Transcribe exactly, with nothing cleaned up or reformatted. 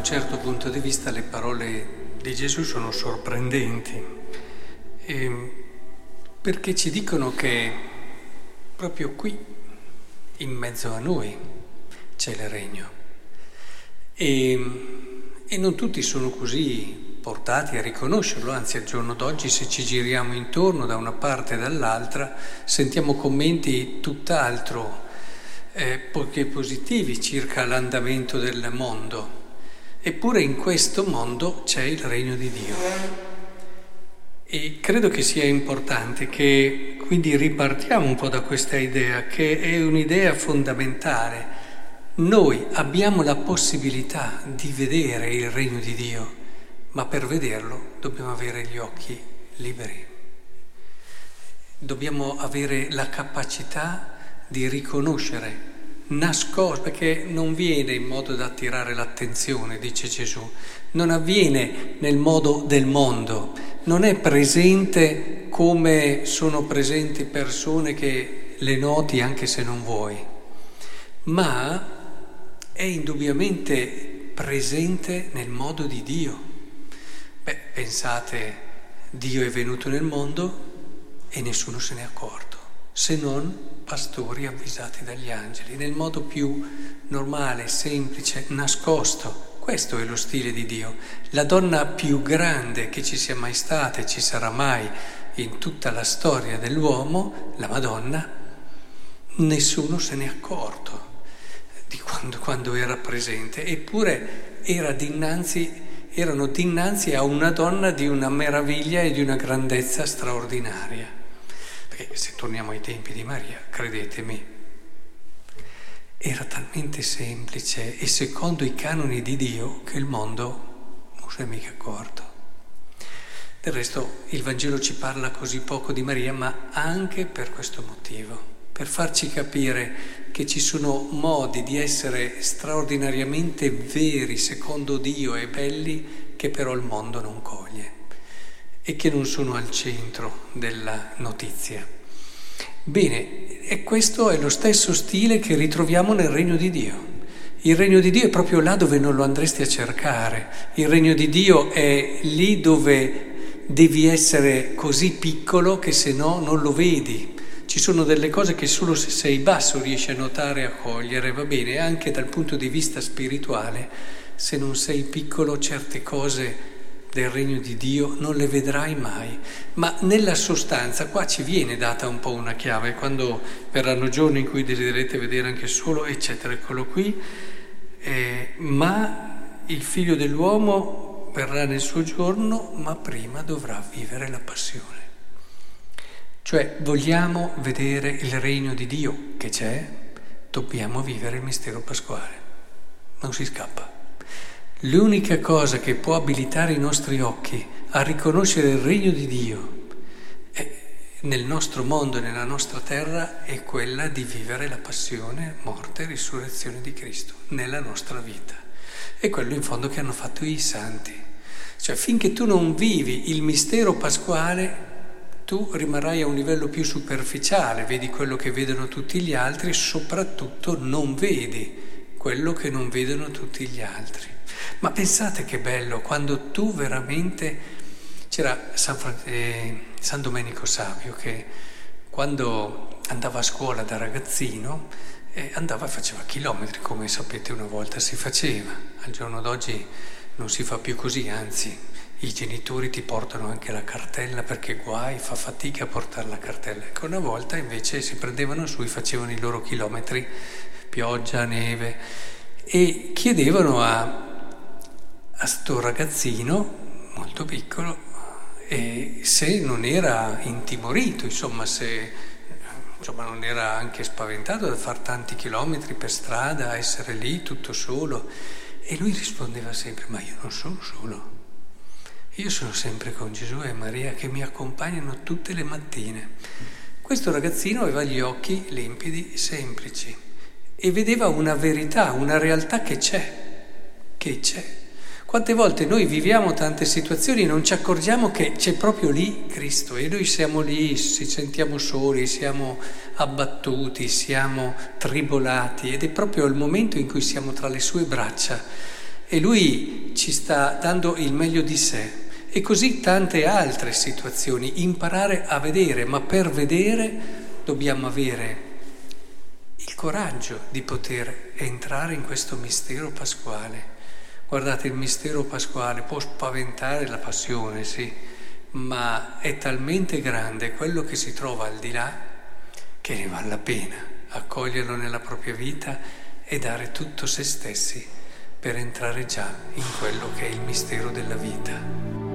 certo punto di vista le parole di Gesù sono sorprendenti, eh, perché ci dicono che proprio qui, in mezzo a noi, c'è il regno. E, e non tutti sono così portati a riconoscerlo, anzi al giorno d'oggi se ci giriamo intorno da una parte e dall'altra sentiamo commenti tutt'altro eh, poiché positivi circa l'andamento del mondo. Eppure in questo mondo c'è il regno di Dio. E credo che sia importante che quindi ripartiamo un po' da questa idea, che è un'idea fondamentale. Noi abbiamo la possibilità di vedere il regno di Dio, ma per vederlo dobbiamo avere gli occhi liberi. Dobbiamo avere la capacità di riconoscere nascosto, perché non viene in modo da attirare l'attenzione, dice Gesù, non avviene nel modo del mondo, non è presente come sono presenti persone che le noti anche se non vuoi, ma è indubbiamente presente nel modo di Dio. Beh, pensate, Dio è venuto nel mondo e nessuno se n'è accorto, se non pastori avvisati dagli angeli, nel modo più normale, semplice, nascosto. Questo è lo stile di Dio. La donna più grande che ci sia mai stata e ci sarà mai in tutta la storia dell'uomo, la Madonna, nessuno se n'è accorto di quando, quando era presente, eppure era dinanzi, erano dinanzi a una donna di una meraviglia e di una grandezza straordinaria. Perché se torniamo ai tempi di Maria, credetemi, era talmente semplice e secondo i canoni di Dio che il mondo non si è mica accorto. Del resto il Vangelo ci parla così poco di Maria, ma anche per questo motivo, per farci capire che ci sono modi di essere straordinariamente veri secondo Dio e belli che però il mondo non coglie e che non sono al centro della notizia. Bene, e questo è lo stesso stile che ritroviamo nel regno di Dio. Il regno di Dio è proprio là dove non lo andresti a cercare. Il regno di Dio è lì dove devi essere così piccolo che se no non lo vedi. Ci sono delle cose che solo se sei basso riesci a notare e a cogliere, va bene, anche dal punto di vista spirituale, se non sei piccolo certe cose del regno di Dio non le vedrai mai, ma nella sostanza qua ci viene data un po' una chiave, quando verranno giorni in cui desiderete vedere anche solo, eccetera, eccolo qui, eh, ma il figlio dell'uomo verrà nel suo giorno, ma prima dovrà vivere la passione. Cioè vogliamo vedere il regno di Dio che c'è, dobbiamo vivere il mistero pasquale, non si scappa. L'unica cosa che può abilitare i nostri occhi a riconoscere il regno di Dio nel nostro mondo e nella nostra terra è quella di vivere la passione, morte e risurrezione di Cristo nella nostra vita. È quello in fondo che hanno fatto i santi. Cioè finché tu non vivi il mistero pasquale, tu rimarrai a un livello più superficiale, vedi quello che vedono tutti gli altri, soprattutto non vedi quello che non vedono tutti gli altri. Ma pensate che bello, quando tu veramente... C'era San, Fran... eh, San Domenico Savio che quando andava a scuola da ragazzino eh, andava e faceva chilometri, come sapete una volta si faceva. Al giorno d'oggi non si fa più così, anzi i genitori ti portano anche la cartella perché guai, fa fatica a portare la cartella. Ecco, una volta invece si prendevano su e facevano i loro chilometri, pioggia, neve, e chiedevano a a sto ragazzino molto piccolo e se non era intimorito, insomma se insomma, non era anche spaventato da fare tanti chilometri per strada, essere lì tutto solo, e lui rispondeva sempre: ma io non sono solo, io sono sempre con Gesù e Maria che mi accompagnano tutte le mattine. Questo ragazzino aveva gli occhi limpidi, semplici, e vedeva una verità, una realtà che c'è, che c'è. Quante volte noi viviamo tante situazioni e non ci accorgiamo che c'è proprio lì Cristo e noi siamo lì, ci sentiamo soli, siamo abbattuti, siamo tribolati, ed è proprio il momento in cui siamo tra le sue braccia e Lui ci sta dando il meglio di sé. E così tante altre situazioni, imparare a vedere, ma per vedere dobbiamo avere il coraggio di poter entrare in questo mistero pasquale. Guardate, il mistero pasquale può spaventare la passione, sì, ma è talmente grande quello che si trova al di là che ne vale la pena accoglierlo nella propria vita e dare tutto se stessi per entrare già in quello che è il mistero della vita.